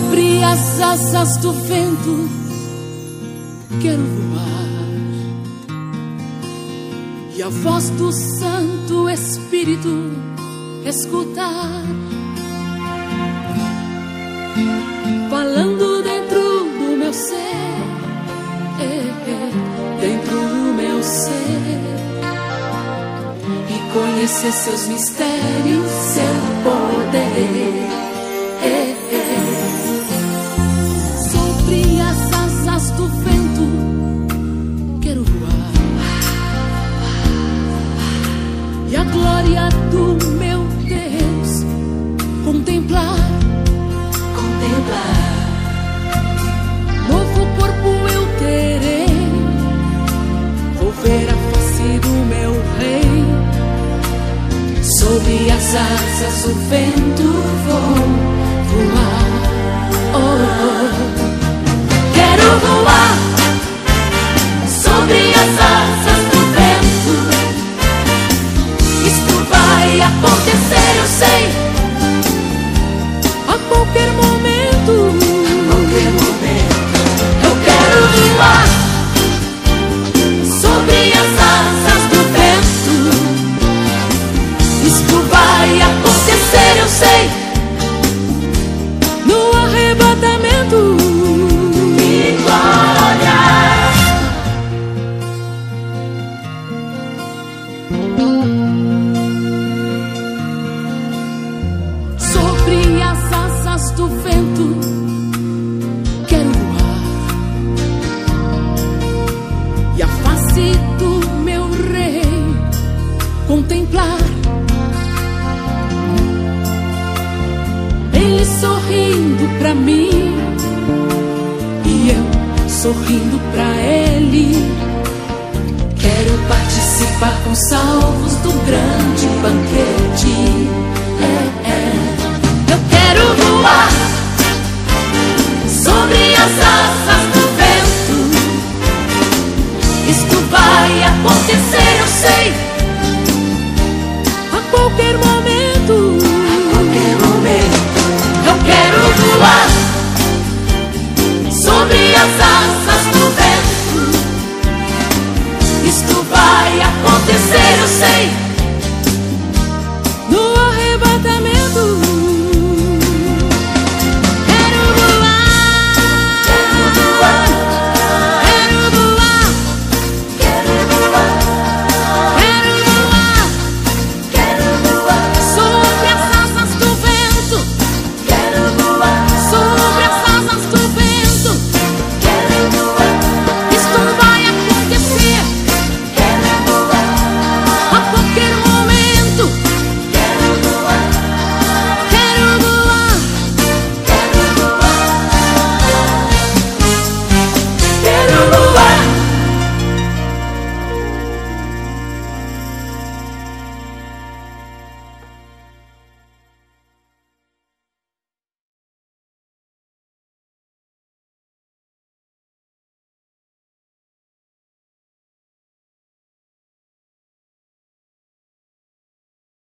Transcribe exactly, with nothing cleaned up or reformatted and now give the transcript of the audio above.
Sobre as asas do vento quero voar, e a voz do Santo Espírito escutar, falando dentro do meu ser, dentro do meu ser, e conhecer seus mistérios, seu poder. Sobre as asas do vento quero voar, e a glória do meu Deus contemplar, contemplar. Novo corpo eu terei, vou ver a face do meu Rei. Sobre as asas do vento vou voar. Oh, oh. Quero voar sobre as asas do vento. Isto vai acontecer, eu sei, a qualquer momento. A qualquer momento. Eu quero voar sobre as asas do vento. Isto vai acontecer, eu sei, no arrebatamento. E glória. Sobre as asas do vento quero voar, e a face do meu Rei contemplar. Ele sorrindo pra mim e eu sorrindo pra ele. Quero participar com salvos do grande banquete.